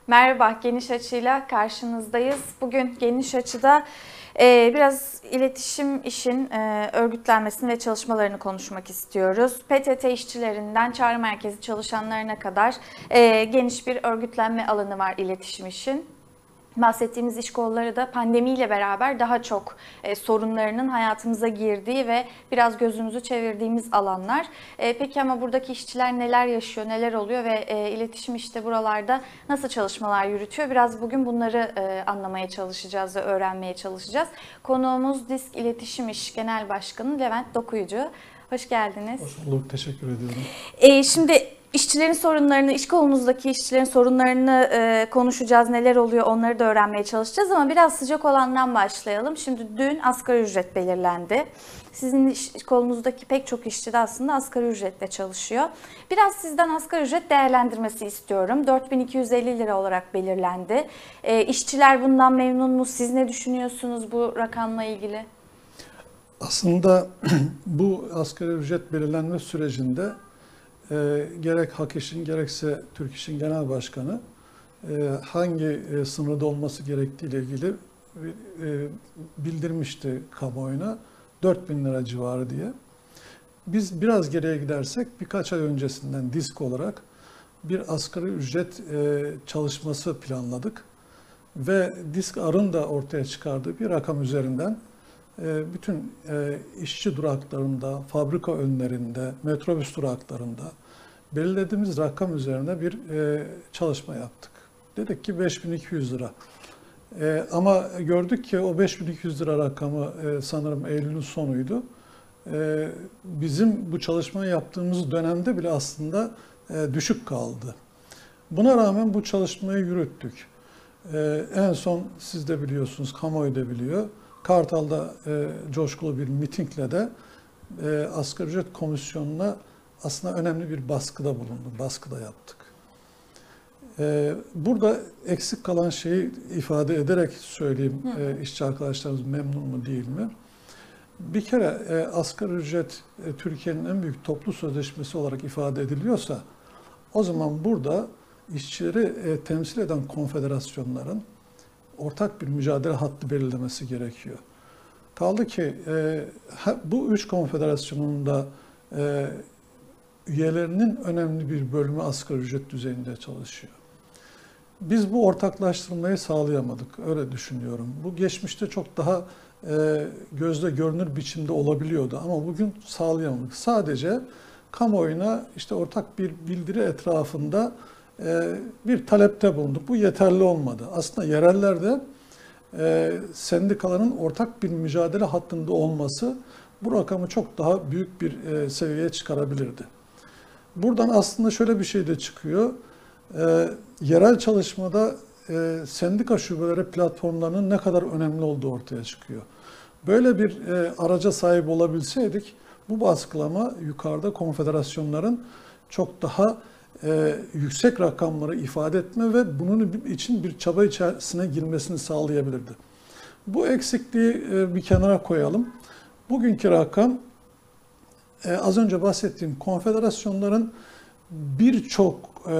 Merhaba, Geniş Açı'yla karşınızdayız. Bugün Geniş Açı'da biraz iletişim işin örgütlenmesini ve çalışmalarını konuşmak istiyoruz. PTT işçilerinden çağrı merkezi çalışanlarına kadar geniş bir örgütlenme alanı var iletişim işin. Bahsettiğimiz iş kolları da pandemiyle beraber daha çok sorunlarının hayatımıza girdiği ve biraz gözümüzü çevirdiğimiz alanlar. Peki ama buradaki işçiler neler yaşıyor, neler oluyor ve iletişim işte buralarda nasıl çalışmalar yürütüyor? Biraz bugün bunları anlamaya çalışacağız ve öğrenmeye çalışacağız. Konuğumuz DİSK İletişim İş Genel Başkanı Levent Dokuyucu. Hoş geldiniz. Hoş bulduk, teşekkür ediyorum. Şimdi işçilerin sorunlarını, iş kolunuzdaki işçilerin sorunlarını konuşacağız. Neler oluyor onları da öğrenmeye çalışacağız ama biraz sıcak olandan başlayalım. Şimdi dün asgari ücret belirlendi. Sizin iş kolunuzdaki pek çok işçi de aslında asgari ücretle çalışıyor. Biraz sizden asgari ücret değerlendirmesi istiyorum. 4.250 lira olarak belirlendi. İşçiler bundan memnun mu? Siz ne düşünüyorsunuz bu rakamla ilgili? Aslında bu asgari ücret belirlenme sürecinde gerek Hak İş'in gerekse Türk İş'in Genel Başkanı hangi sınırda olması gerektiği ile ilgili bildirmişti kamuoyuna 4.000 lira civarı diye. Biz biraz geriye gidersek birkaç ay öncesinden DİSK olarak bir asgari ücret çalışması planladık. Ve DİSK-Ar'ın da ortaya çıkardığı bir rakam üzerinden bütün işçi duraklarında, fabrika önlerinde, metrobüs duraklarında belirlediğimiz rakam üzerine bir çalışma yaptık. Dedik ki 5.200 lira. Ama gördük ki o 5.200 lira rakamı sanırım Eylül'ün sonuydu. Bizim bu çalışmayı yaptığımız dönemde bile aslında düşük kaldı. Buna rağmen bu çalışmayı yürüttük. En son siz de biliyorsunuz, kamuoyu da biliyor. Kartal'da coşkulu bir mitingle de Asgari Ücret Komisyonu'na aslında önemli bir baskıda bulundu, baskıda yaptık. Burada eksik kalan şeyi ifade ederek söyleyeyim, işçi arkadaşlarımız memnun mu değil mi? Bir kere asgari ücret Türkiye'nin en büyük toplu sözleşmesi olarak ifade ediliyorsa, o zaman burada işçileri temsil eden konfederasyonların ortak bir mücadele hattı belirlemesi gerekiyor. Kaldı ki bu üç konfederasyonun da üyelerinin önemli bir bölümü asgari ücret düzeyinde çalışıyor. Biz bu ortaklaştırmayı sağlayamadık, öyle düşünüyorum. Bu geçmişte çok daha gözle görünür biçimde olabiliyordu ama bugün sağlayamadık. Sadece kamuoyuna işte ortak bir bildiri etrafında bir talepte bulunduk. Bu yeterli olmadı. Aslında yerellerde sendikaların ortak bir mücadele hattında olması bu rakamı çok daha büyük bir seviyeye çıkarabilirdi. Buradan aslında şöyle bir şey de çıkıyor. Yerel çalışmada sendika şubeleri platformlarının ne kadar önemli olduğu ortaya çıkıyor. Böyle bir araca sahip olabilseydik bu baskılama yukarıda konfederasyonların çok daha yüksek rakamları ifade etme ve bunun için bir çaba içerisine girmesini sağlayabilirdi. Bu eksikliği bir kenara koyalım. Bugünkü rakam az önce bahsettiğim konfederasyonların birçok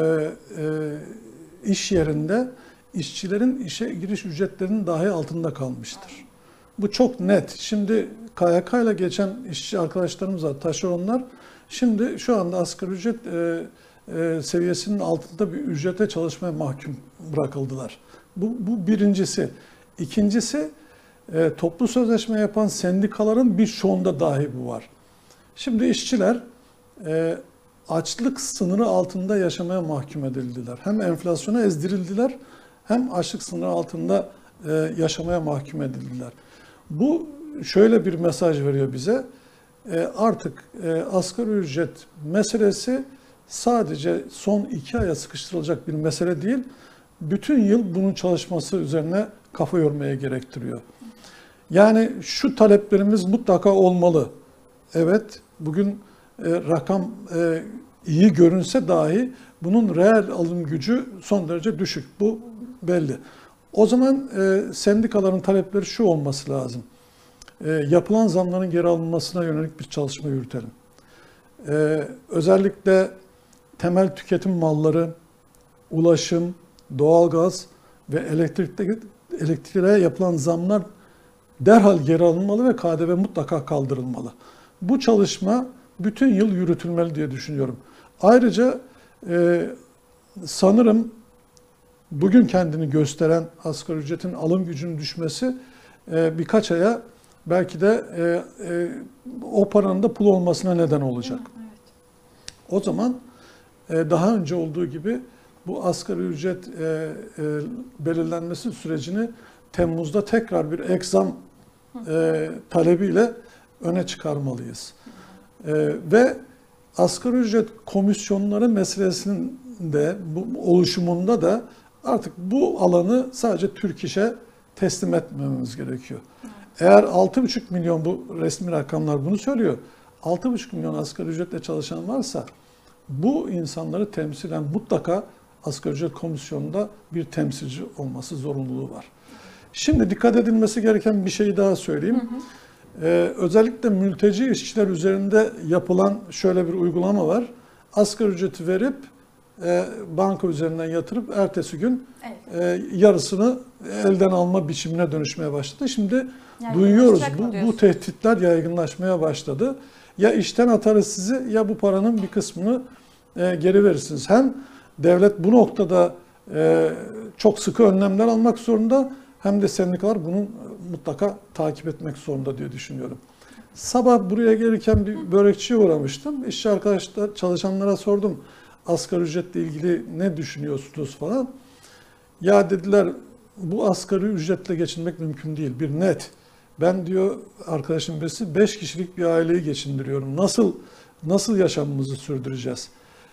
iş yerinde işçilerin işe giriş ücretlerinin dahi altında kalmıştır. Bu çok net. Şimdi KYK ile geçen işçi arkadaşlarımız var, taşeronlar. Şimdi şu anda asgari ücret seviyesinin altında bir ücrete çalışmaya mahkum bırakıldılar. Bu birincisi. İkincisi, toplu sözleşme yapan sendikaların birçoğunda dahi bu var. Şimdi işçiler açlık sınırı altında yaşamaya mahkum edildiler. Hem enflasyona ezdirildiler, hem açlık sınırı altında yaşamaya mahkum edildiler. Bu şöyle bir mesaj veriyor bize. Artık asgari ücret meselesi sadece son 2 aya sıkıştırılacak bir mesele değil, bütün yıl bunun çalışması üzerine kafa yormaya gerektiriyor. Yani şu taleplerimiz mutlaka olmalı. Evet, bugün rakam iyi görünse dahi bunun reel alım gücü son derece düşük. Bu belli. O zaman sendikaların talepleri şu olması lazım. Yapılan zamların geri alınmasına yönelik bir çalışma yürütelim. Özellikle temel tüketim malları, ulaşım, doğalgaz ve elektriğe yapılan zamlar derhal geri alınmalı ve KDV mutlaka kaldırılmalı. Bu çalışma bütün yıl yürütülmeli diye düşünüyorum. Ayrıca sanırım bugün kendini gösteren asgari ücretin alım gücünün düşmesi birkaç aya belki de o paranın da pul olmasına neden olacak. Evet. O zaman daha önce olduğu gibi bu asgari ücret belirlenmesi sürecini Temmuz'da tekrar bir ek zam talebiyle öne çıkarmalıyız. Ve asgari ücret komisyonları meselesinin de bu oluşumunda da artık bu alanı sadece Türk İş'e teslim etmememiz gerekiyor. Eğer 6,5 milyon, bu resmi rakamlar bunu söylüyor, 6,5 milyon asgari ücretle çalışan varsa bu insanları temsilen mutlaka asgari ücret komisyonunda bir temsilci olması zorunluluğu var. Şimdi dikkat edilmesi gereken bir şey daha söyleyeyim. Özellikle mülteci işçiler üzerinde yapılan şöyle bir uygulama var. Asgari ücreti verip banka üzerinden yatırıp ertesi gün yarısını elden alma biçimine dönüşmeye başladı. Şimdi duyuyoruz bu tehditler yaygınlaşmaya başladı. Ya işten atarız sizi ya bu paranın bir kısmını geri verirsiniz. Hem devlet bu noktada çok sıkı önlemler almak zorunda hem de sendikalar bunu mutlaka takip etmek zorunda diye düşünüyorum. Sabah buraya gelirken bir börekçiye uğramıştım. İşçi arkadaşlar, çalışanlara sordum. Asgari ücretle ilgili ne düşünüyorsunuz falan. Ya dediler bu asgari ücretle geçinmek mümkün değil. Bir net. Ben diyor arkadaşım birisi 5 kişilik bir aileyi geçindiriyorum. Nasıl yaşamımızı sürdüreceğiz?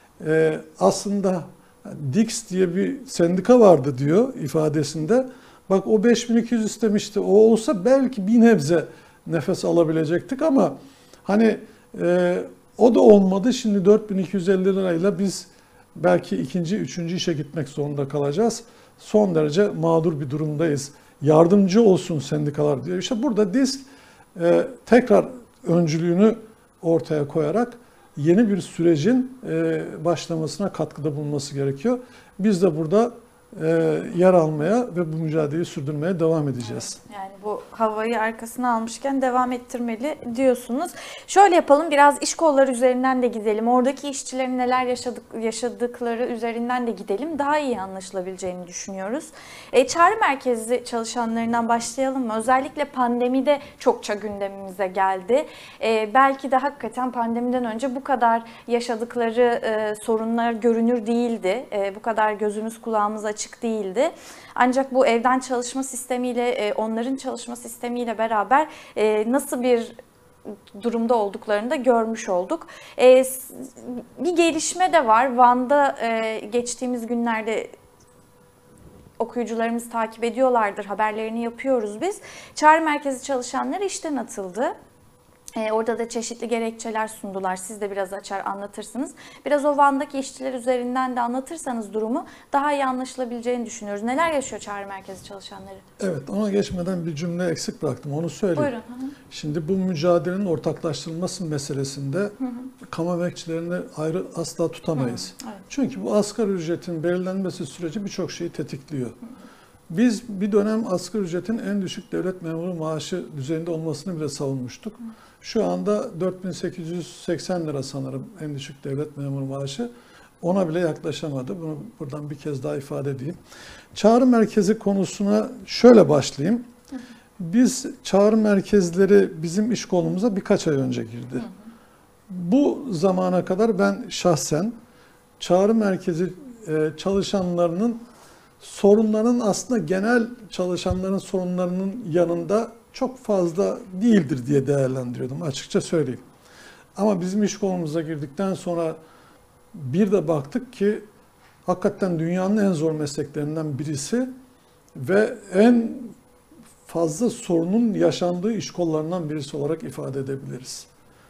Aslında Dix diye bir sendika vardı diyor ifadesinde. Bak o 5.200 istemişti. O olsa belki bir nebze nefes alabilecektik ama hani o da olmadı. Şimdi 4.250 lirayla biz belki ikinci, üçüncü işe gitmek zorunda kalacağız. Son derece mağdur bir durumdayız. Yardımcı olsun sendikalar diyor. İşte burada DİSK tekrar öncülüğünü ortaya koyarak yeni bir sürecin başlamasına katkıda bulunması gerekiyor. Biz de burada yer almaya ve bu mücadeleyi sürdürmeye devam edeceğiz. Evet, yani bu havayı arkasına almışken devam ettirmeli diyorsunuz. Şöyle yapalım, biraz iş kolları üzerinden de gidelim. Oradaki işçilerin neler yaşadıkları üzerinden de gidelim. Daha iyi anlaşılabileceğini düşünüyoruz. Çağrı merkezli çalışanlarından başlayalım mı? Özellikle pandemide çokça gündemimize geldi. Belki de hakikaten pandemiden önce bu kadar yaşadıkları sorunlar görünür değildi. Bu kadar gözümüz kulağımız açık değildi. Ancak bu evden çalışma sistemiyle, onların çalışma sistemiyle beraber nasıl bir durumda olduklarını da görmüş olduk. Bir gelişme de var. Van'da geçtiğimiz günlerde okuyucularımız takip ediyorlardır, haberlerini yapıyoruz biz. Çağrı merkezi çalışanları işten atıldı. Orada da çeşitli gerekçeler sundular. Siz de biraz açar anlatırsınız. Biraz o Van'daki işçiler üzerinden de anlatırsanız durumu daha iyi anlaşılabileceğini düşünüyoruz. Neler yaşıyor çağrı merkezi çalışanları? Evet, ona geçmeden bir cümle eksik bıraktım. Onu söyleyeyim. Buyurun. Şimdi bu mücadelenin ortaklaştırılması meselesinde kamu emekçilerini ayrı asla tutamayız. Evet. Çünkü bu asgari ücretin belirlenmesi süreci birçok şeyi tetikliyor. Biz bir dönem asgari ücretin en düşük devlet memuru maaşı düzeyinde olmasını bile savunmuştuk. Şu anda 4.880 lira sanırım en düşük devlet memuru maaşı. Ona bile yaklaşamadı. Bunu buradan bir kez daha ifade edeyim. Çağrı merkezi konusuna şöyle başlayayım. Biz çağrı merkezleri bizim iş kolumuza birkaç ay önce girdi. Bu zamana kadar ben şahsen çağrı merkezi çalışanlarının sorunların aslında genel çalışanların sorunlarının yanında çok fazla değildir diye değerlendiriyordum, açıkça söyleyeyim. Ama bizim iş kolumuza girdikten sonra bir de baktık ki hakikaten dünyanın en zor mesleklerinden birisi ve en fazla sorunun yaşandığı iş kollarından birisi olarak ifade edebiliriz.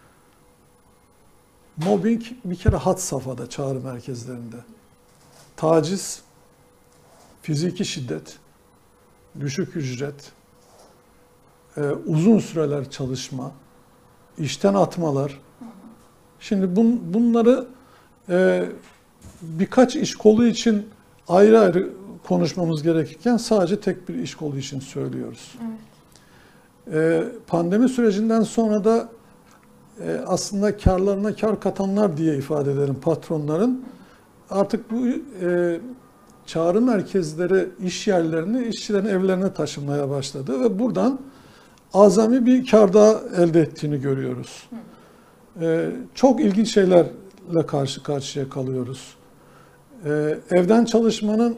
Mobbing bir kere had safhada çağrı merkezlerinde. Taciz, fiziki şiddet, düşük ücret, uzun süreler çalışma, işten atmalar. Şimdi bunları birkaç iş kolu için ayrı ayrı konuşmamız gerekirken sadece tek bir iş kolu için söylüyoruz. Pandemi sürecinden sonra da aslında karlarına kar katanlar diye ifade edelim patronların. Artık bu çağrı merkezleri iş yerlerini işçilerin evlerine taşımaya başladı ve buradan azami bir kar daha elde ettiğini görüyoruz. Çok ilginç şeylerle karşı karşıya kalıyoruz. Evden çalışmanın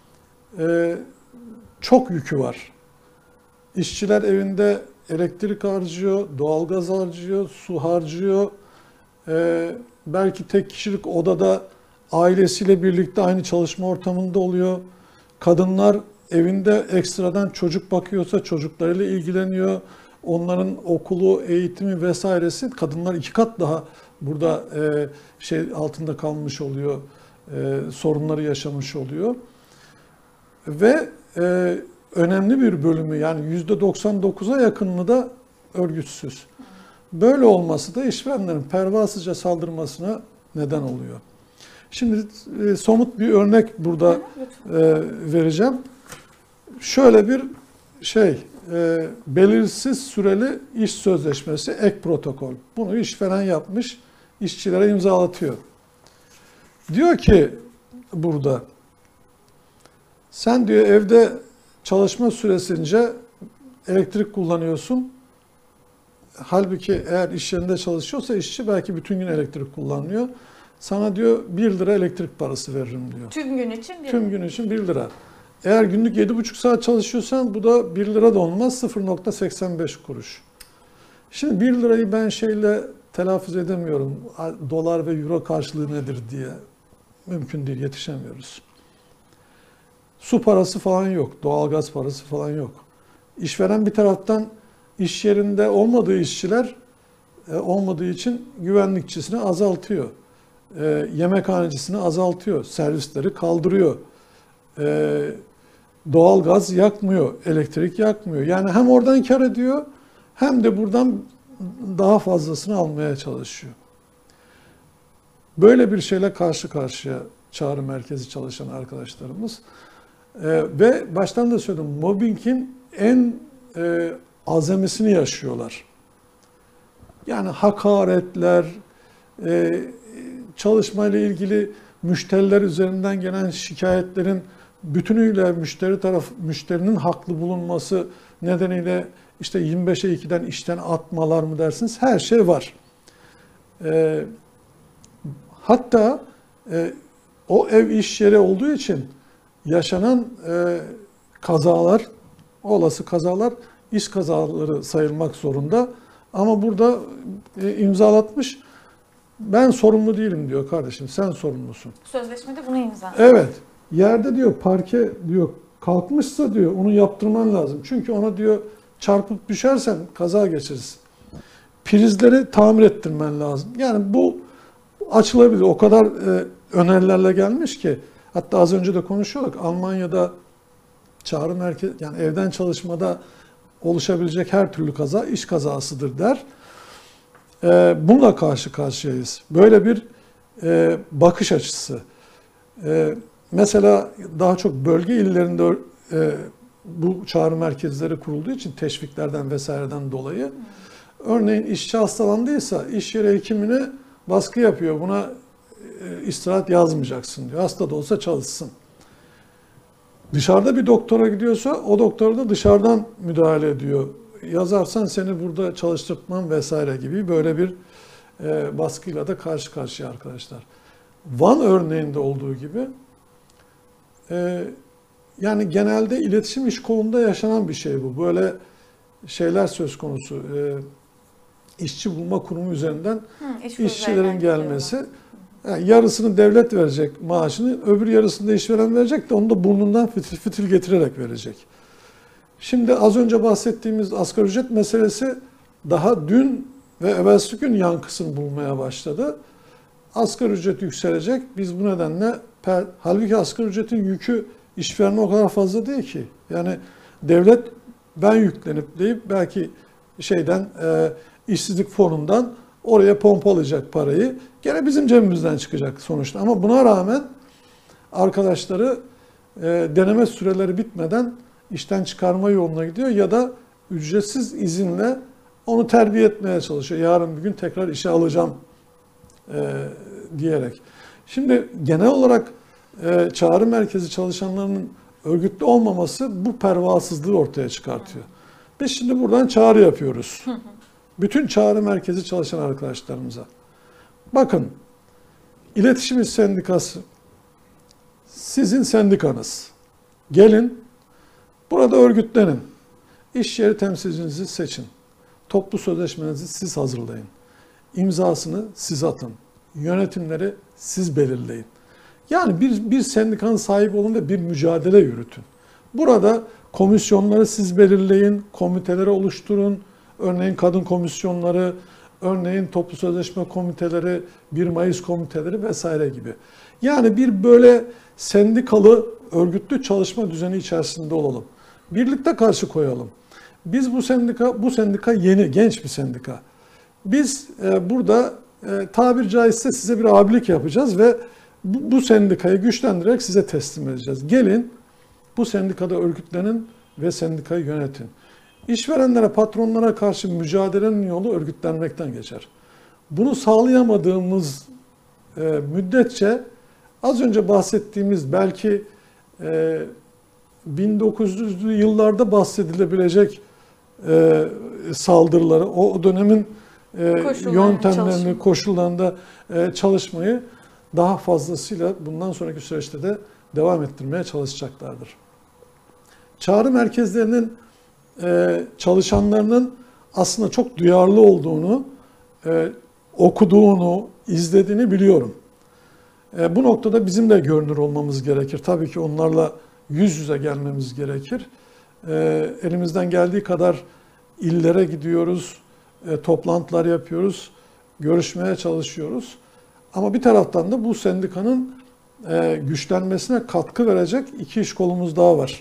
çok yükü var. İşçiler evinde elektrik harcıyor, doğalgaz harcıyor, su harcıyor. Belki tek kişilik odada ailesiyle birlikte aynı çalışma ortamında oluyor. Kadınlar evinde ekstradan çocuk bakıyorsa çocuklarıyla ilgileniyor. Onların okulu, eğitimi vesairesi kadınlar 2 kat daha burada altında kalmış oluyor. Sorunları yaşamış oluyor. Ve önemli bir bölümü yani %99'a yakınını da örgütsüz. Böyle olması da işverenlerin pervasızca saldırmasına neden oluyor. Şimdi somut bir örnek burada vereceğim. Şöyle bir belirsiz süreli iş sözleşmesi, ek protokol. Bunu işveren yapmış, işçilere imzalatıyor. Diyor ki burada, sen diyor evde çalışma süresince elektrik kullanıyorsun. Halbuki eğer iş yerinde çalışıyorsa işçi belki bütün gün elektrik kullanıyor. Sana diyor 1 lira elektrik parası veririm diyor. Tüm gün için 1 lira. Tüm gün için 1 lira. Eğer günlük 7,5 saat çalışıyorsan bu da 1 lira da olmaz, 0,85 kuruş. Şimdi 1 lirayı ben telaffuz edemiyorum. Dolar ve euro karşılığı nedir diye. Mümkün değil, yetişemiyoruz. Su parası falan yok, doğalgaz parası falan yok. İşveren bir taraftan iş yerinde olmadığı işçiler olmadığı için güvenlikçisini azaltıyor. Yemekhanecisini azaltıyor, servisleri kaldırıyor. Doğalgaz yakmıyor, elektrik yakmıyor. Yani hem oradan kar ediyor hem de buradan daha fazlasını almaya çalışıyor. Böyle bir şeyle karşı karşıya çağrı merkezi çalışan arkadaşlarımız. Ve baştan da söyledim, mobbingin en azamisini yaşıyorlar. Yani hakaretler, çalışmayla ilgili müşteriler üzerinden gelen şikayetlerin bütünüyle müşterinin haklı bulunması nedeniyle işte 25'e 2'den işten atmalar mı dersiniz? Her şey var. Hatta o ev iş yeri olduğu için yaşanan kazalar, olası kazalar iş kazaları sayılmak zorunda. Ama burada imzalatmış, ben sorumlu değilim diyor kardeşim, sen sorumlusun. Sözleşmede bunu imza. Evet, yerde diyor parke diyor kalkmışsa diyor onu yaptırman lazım. Çünkü ona diyor çarpıp düşersen kaza geçirirsin. Prizleri tamir ettirmen lazım. Yani bu açılabilir. O kadar önerilerle gelmiş ki, hatta az önce de konuşuyorduk. Almanya'da çağrı merkezi, yani evden çalışmada oluşabilecek her türlü kaza iş kazasıdır der. Bununla karşı karşıyayız. Böyle bir bakış açısı. Mesela daha çok bölge illerinde bu çağrı merkezleri kurulduğu için teşviklerden vesaireden dolayı. Örneğin işçi hastalandıysa iş yeri hekimine baskı yapıyor. Buna istirahat yazmayacaksın diyor. Hasta da olsa çalışsın. Dışarıda bir doktora gidiyorsa o doktor da dışarıdan müdahale ediyor. Yazarsan seni burada çalıştırtmam vesaire gibi böyle bir baskıyla da karşı karşıya arkadaşlar. Van örneğinde olduğu gibi yani genelde iletişim iş kolunda yaşanan bir şey bu. Böyle şeyler söz konusu. İşçi bulma kurumu üzerinden işçilerin gelmesi. Yani yarısını devlet verecek maaşını, öbür yarısını da işveren verecek de onu da burnundan fitil fitil getirerek verecek. Şimdi az önce bahsettiğimiz asgari ücret meselesi daha dün ve evvelsi gün yankısını bulmaya başladı. Asgari ücret yükselecek. Biz bu nedenle halbuki asgari ücretin yükü işverene o kadar fazla değil ki. Yani devlet ben yüklenip deyip belki işsizlik fonundan oraya pompalayacak parayı. Gene bizim cebimizden çıkacak sonuçta. Ama buna rağmen arkadaşları deneme süreleri bitmeden işten çıkarma yoluna gidiyor ya da ücretsiz izinle onu terbiye etmeye çalışıyor. Yarın bir gün tekrar işe alacağım diyerek. Şimdi genel olarak çağrı merkezi çalışanlarının örgütlü olmaması bu pervasızlığı ortaya çıkartıyor. Biz şimdi buradan çağrı yapıyoruz. Bütün çağrı merkezi çalışan arkadaşlarımıza. Bakın, İletişim İş Sendikası sizin sendikanız. Gelin, burada örgütlenin. İş yeri temsilcinizi seçin. Toplu sözleşmenizi siz hazırlayın. İmzasını siz atın. Yönetimleri siz belirleyin. Yani bir sendikanın sahibi olun ve bir mücadele yürütün. Burada komisyonları siz belirleyin, komiteleri oluşturun. Örneğin kadın komisyonları, örneğin toplu sözleşme komiteleri, 1 Mayıs komiteleri vesaire gibi. Yani bir böyle sendikalı, örgütlü çalışma düzeni içerisinde olalım. Birlikte karşı koyalım. Biz bu sendika yeni, genç bir sendika. Biz burada tabir caizse size bir abilik yapacağız ve bu sendikayı güçlendirerek size teslim edeceğiz. Gelin bu sendikada örgütlenin ve sendikayı yönetin. İşverenlere, patronlara karşı mücadelenin yolu örgütlenmekten geçer. Bunu sağlayamadığımız müddetçe az önce bahsettiğimiz belki 1900'lü yıllarda bahsedilebilecek saldırıları, o dönemin yöntemlerini, koşullarında çalışmayı daha fazlasıyla bundan sonraki süreçte de devam ettirmeye çalışacaklardır. Çağrı merkezlerinin çalışanlarının aslında çok duyarlı olduğunu, okuduğunu, izlediğini biliyorum. Bu noktada bizim de görünür olmamız gerekir. Tabii ki onlarla yüz yüze gelmemiz gerekir. Elimizden geldiği kadar illere gidiyoruz, toplantılar yapıyoruz, görüşmeye çalışıyoruz. Ama bir taraftan da bu sendikanın güçlenmesine katkı verecek iki iş kolumuz daha var.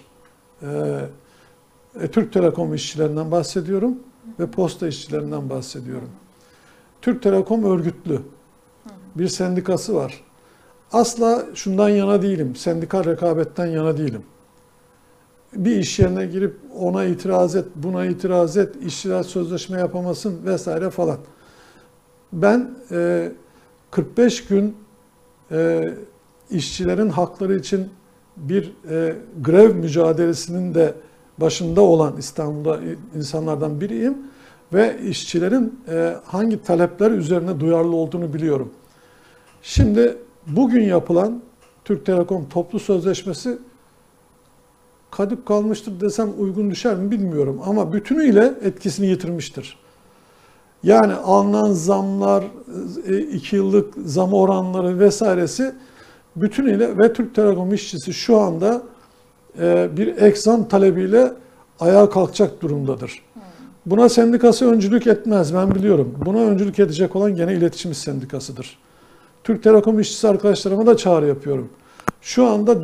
Türk Telekom işçilerinden bahsediyorum ve posta işçilerinden bahsediyorum. Türk Telekom örgütlü bir sendikası var. Asla şundan yana değilim, sendikal rekabetten yana değilim. Bir iş yerine girip ona itiraz et, buna itiraz et, işçiler sözleşme yapamasın vesaire falan. Ben 45 gün işçilerin hakları için bir grev mücadelesinin de başında olan İstanbul'da insanlardan biriyim ve işçilerin hangi talepler üzerine duyarlı olduğunu biliyorum. Şimdi bugün yapılan Türk Telekom toplu sözleşmesi kadık kalmıştır desem uygun düşer mi bilmiyorum ama bütünüyle etkisini yitirmiştir. Yani alınan zamlar, 2 yıllık zam oranları vesairesi bütünüyle ve Türk Telekom işçisi şu anda bir ek zam talebiyle ayağa kalkacak durumdadır. Buna sendikası öncülük etmez, ben biliyorum. Buna öncülük edecek olan gene İletişim İş Sendikası'dır. Türk Telekom işçisi arkadaşlarıma da çağrı yapıyorum. Şu anda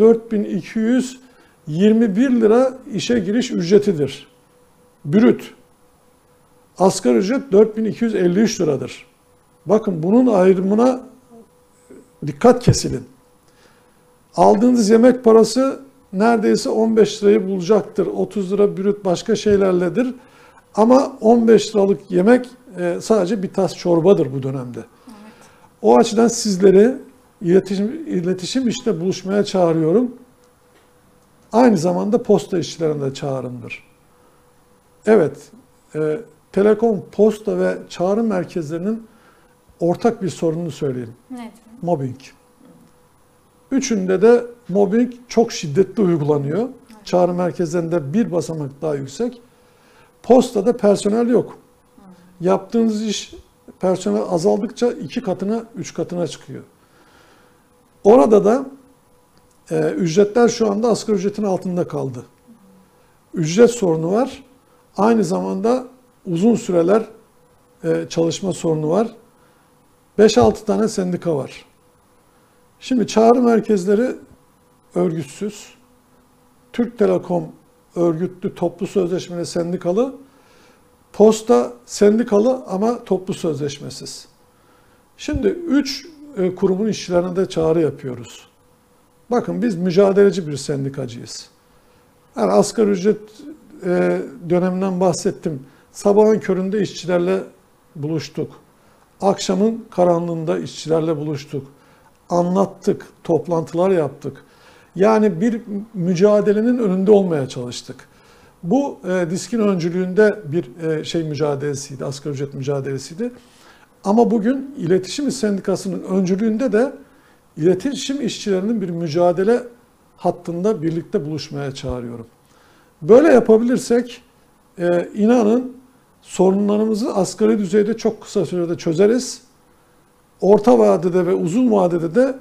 4221 lira işe giriş ücretidir. Brüt. Asgari ücret 4253 liradır. Bakın bunun ayrımına dikkat kesilin. Aldığınız yemek parası neredeyse 15 lirayı bulacaktır. 30 lira brüt başka şeylerledir. Ama 15 liralık yemek sadece bir tas çorbadır bu dönemde. Evet. O açıdan sizleri iletişim işte buluşmaya çağırıyorum. Aynı zamanda posta işçilerine de çağrımdır. Evet, Telekom, posta ve çağrı merkezlerinin ortak bir sorununu söyleyeyim. Nedir? Mobbing. Üçünde de mobbing çok şiddetli uygulanıyor. Evet. Çağrı merkezlerinde bir basamak daha yüksek. Postada personel yok. Yaptığınız iş personel azaldıkça 2 katına, 3 katına çıkıyor. Orada da ücretler şu anda asgari ücretin altında kaldı. Ücret sorunu var. Aynı zamanda uzun süreler çalışma sorunu var. 5-6 tane sendika var. Şimdi çağrı merkezleri örgütsüz. Türk Telekom örgütlü, toplu sözleşmeli, sendikalı. Posta sendikalı ama toplu sözleşmesiz. Şimdi 3 kurumun işçilerine de çağrı yapıyoruz. Bakın biz mücadeleci bir sendikacıyız. Yani asgari ücret döneminden bahsettim. Sabahın köründe işçilerle buluştuk. Akşamın karanlığında işçilerle buluştuk. Anlattık, toplantılar yaptık. Yani bir mücadelenin önünde olmaya çalıştık. Bu DİSK'in öncülüğünde bir mücadelesiydi, asgari ücret mücadelesiydi. Ama bugün İletişim İş Sendikası'nın öncülüğünde de iletişim işçilerinin bir mücadele hattında birlikte buluşmaya çağırıyorum. Böyle yapabilirsek inanın sorunlarımızı asgari düzeyde çok kısa sürede çözeriz. Orta vadede ve uzun vadede de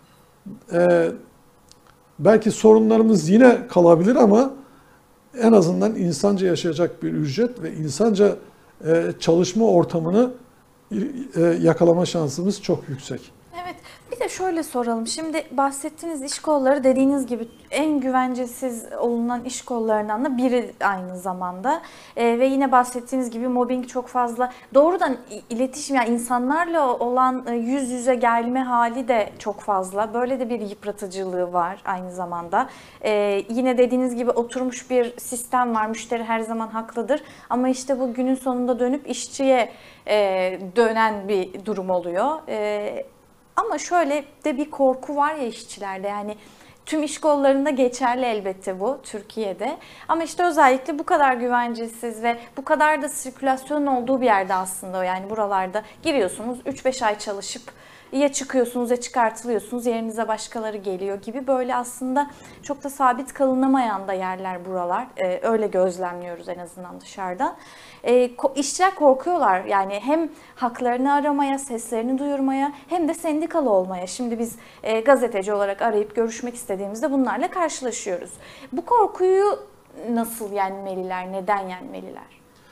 belki sorunlarımız yine kalabilir ama en azından insanca yaşayacak bir ücret ve insanca çalışma ortamını yakalama şansımız çok yüksek. Evet, bir de şöyle soralım. Şimdi bahsettiğiniz iş kolları dediğiniz gibi en güvencesiz olunan iş kollarından da biri aynı zamanda. Ve yine bahsettiğiniz gibi mobbing çok fazla. Doğrudan iletişim, yani insanlarla olan yüz yüze gelme hali de çok fazla. Böyle de bir yıpratıcılığı var aynı zamanda. Yine dediğiniz gibi oturmuş bir sistem var. Müşteri her zaman haklıdır. Ama işte bu günün sonunda dönüp işçiye dönen bir durum oluyor. Ama şöyle de bir korku var ya işçilerde, yani tüm iş kollarında geçerli elbette bu Türkiye'de. Ama işte özellikle bu kadar güvencesiz ve bu kadar da sirkülasyonun olduğu bir yerde aslında o, yani buralarda giriyorsunuz 3-5 ay çalışıp ya çıkıyorsunuz ya çıkartılıyorsunuz, yerinize başkaları geliyor gibi, böyle aslında çok da sabit kalınamayan da yerler buralar. Öyle gözlemliyoruz en azından dışarıdan. İşçiler korkuyorlar yani, hem haklarını aramaya, seslerini duyurmaya hem de sendikalı olmaya. Şimdi biz gazeteci olarak arayıp görüşmek istediğimizde bunlarla karşılaşıyoruz. Bu korkuyu nasıl yenmeliler, neden yenmeliler?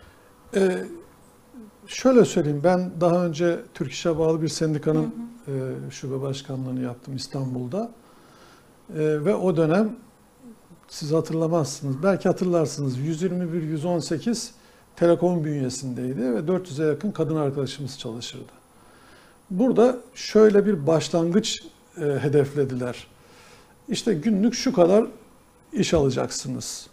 Şöyle söyleyeyim, ben daha önce Türk İş'e bağlı bir sendikanın şube başkanlığını yaptım İstanbul'da. Ve o dönem siz hatırlamazsınız, belki hatırlarsınız, 121-118 Telekom bünyesindeydi ve 400'e yakın kadın arkadaşımız çalışırdı. Burada şöyle bir başlangıç hedeflediler. İşte günlük şu kadar iş alacaksınız.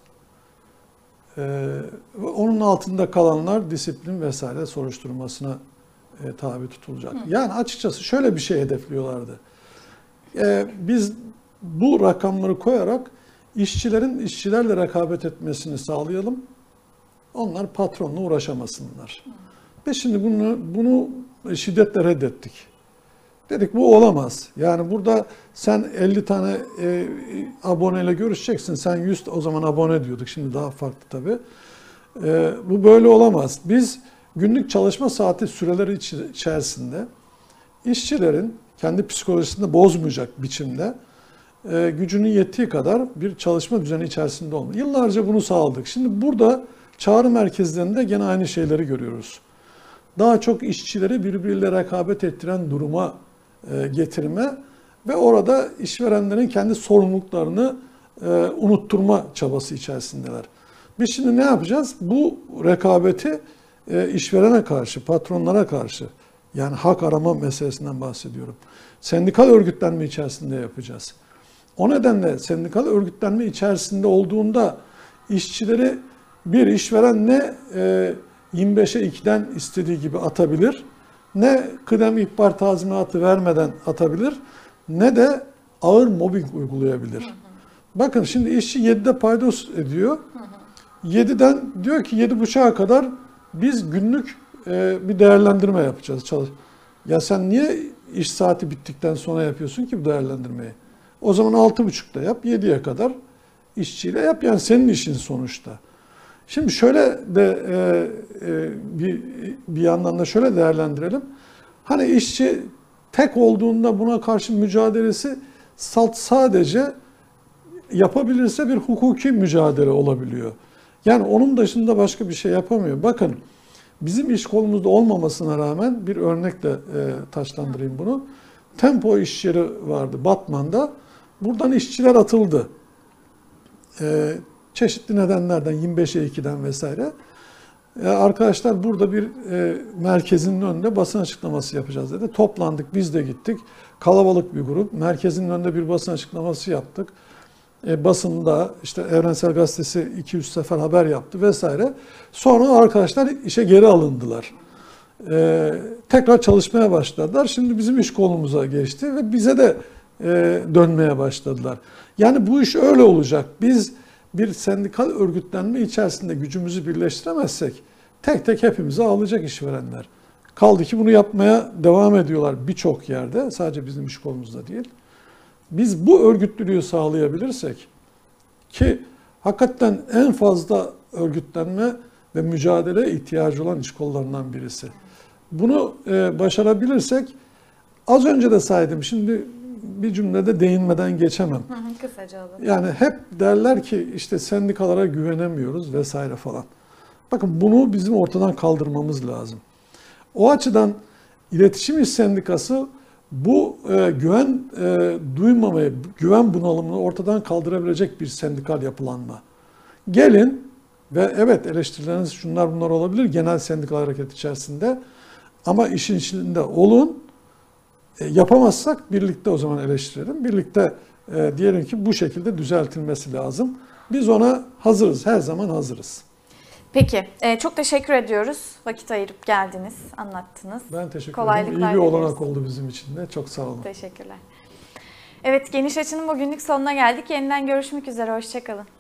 Onun altında kalanlar disiplin vesaire soruşturmasına tabi tutulacak. Yani açıkçası şöyle bir şey hedefliyorlardı. Biz bu rakamları koyarak işçilerin işçilerle rekabet etmesini sağlayalım. Onlar patronla uğraşamasınlar. Ve şimdi bunu şiddetle reddettik. Dedik bu olamaz. Yani burada sen 50 tane aboneyle görüşeceksin. Sen 100 o zaman abone diyorduk. Şimdi daha farklı tabii. Bu böyle olamaz. Biz günlük çalışma saati süreleri içerisinde işçilerin kendi psikolojisini bozmayacak biçimde gücünün yettiği kadar bir çalışma düzeni içerisinde olmalı. Yıllarca bunu sağladık. Şimdi burada çağrı merkezlerinde gene aynı şeyleri görüyoruz. Daha çok işçileri birbiriyle rekabet ettiren duruma getirme ve orada işverenlerin kendi sorumluluklarını unutturma çabası içerisindeler. Biz şimdi ne yapacağız? Bu rekabeti işverene karşı, patronlara karşı, yani hak arama meselesinden bahsediyorum, sendikal örgütlenme içerisinde yapacağız. O nedenle sendikal örgütlenme içerisinde olduğunda işçileri bir işveren ne 25'e 2'den istediği gibi atabilir, ne kıdem ihbar tazminatı vermeden atabilir, ne de ağır mobbing uygulayabilir. Bakın şimdi işçi 7'de paydos ediyor. 7'den diyor ki 7.30'a kadar biz günlük bir değerlendirme yapacağız. Ya sen niye iş saati bittikten sonra yapıyorsun ki bu değerlendirmeyi? O zaman 6.30'da yap, 7'ye kadar işçiyle yap. Yani senin işin sonuçta. Şimdi şöyle de bir yandan da şöyle değerlendirelim. Hani işçi tek olduğunda buna karşı mücadelesi sadece yapabilirse bir hukuki mücadele olabiliyor. Yani onun dışında başka bir şey yapamıyor. Bakın bizim iş kolumuzda olmamasına rağmen bir örnekle taçlandırayım bunu. Tempo iş yeri vardı Batman'da. Buradan işçiler atıldı. Çeşitli nedenlerden 25'e 2'den vesaire. Arkadaşlar burada bir merkezinin önünde basın açıklaması yapacağız dedi. Toplandık, biz de gittik. Kalabalık bir grup. Merkezinin önünde bir basın açıklaması yaptık. Basında işte Evrensel Gazetesi 2-3 sefer haber yaptı vesaire. Sonra arkadaşlar işe geri alındılar. Tekrar çalışmaya başladılar. Şimdi bizim iş kolumuza geçti ve bize de dönmeye başladılar. Yani bu iş öyle olacak. Biz bir sendikal örgütlenme içerisinde gücümüzü birleştiremezsek tek tek hepimizi ağlayacak işverenler. Kaldı ki bunu yapmaya devam ediyorlar birçok yerde. Sadece bizim iş kolumuzda değil. Biz bu örgütlülüğü sağlayabilirsek ki hakikaten en fazla örgütlenme ve mücadeleye ihtiyacı olan iş kollarından birisi. Bunu başarabilirsek az önce de saydım. Şimdi bir cümlede değinmeden geçemem. Kısaca alalım. Yani hep derler ki işte sendikalara güvenemiyoruz vesaire falan. Bakın bunu bizim ortadan kaldırmamız lazım. O açıdan İletişim İş Sendikası bu güven duymamayı, güven bunalımını ortadan kaldırabilecek bir sendikal yapılanma. Gelin ve evet eleştirileriniz şunlar bunlar olabilir genel sendikal hareket içerisinde ama işin içinde olun. Yapamazsak birlikte o zaman eleştirelim. Birlikte diyelim ki bu şekilde düzeltilmesi lazım. Biz ona hazırız, her zaman hazırız. Peki, çok teşekkür ediyoruz. Vakit ayırıp geldiniz, anlattınız. Ben teşekkür ederim. Kolaylıklar İyi bir olanak dileriz. oldu bizim için de. Çok sağ olun. Teşekkürler. Evet, Geniş Açı'nın bugünlük sonuna geldik. Yeniden görüşmek üzere, hoşça kalın.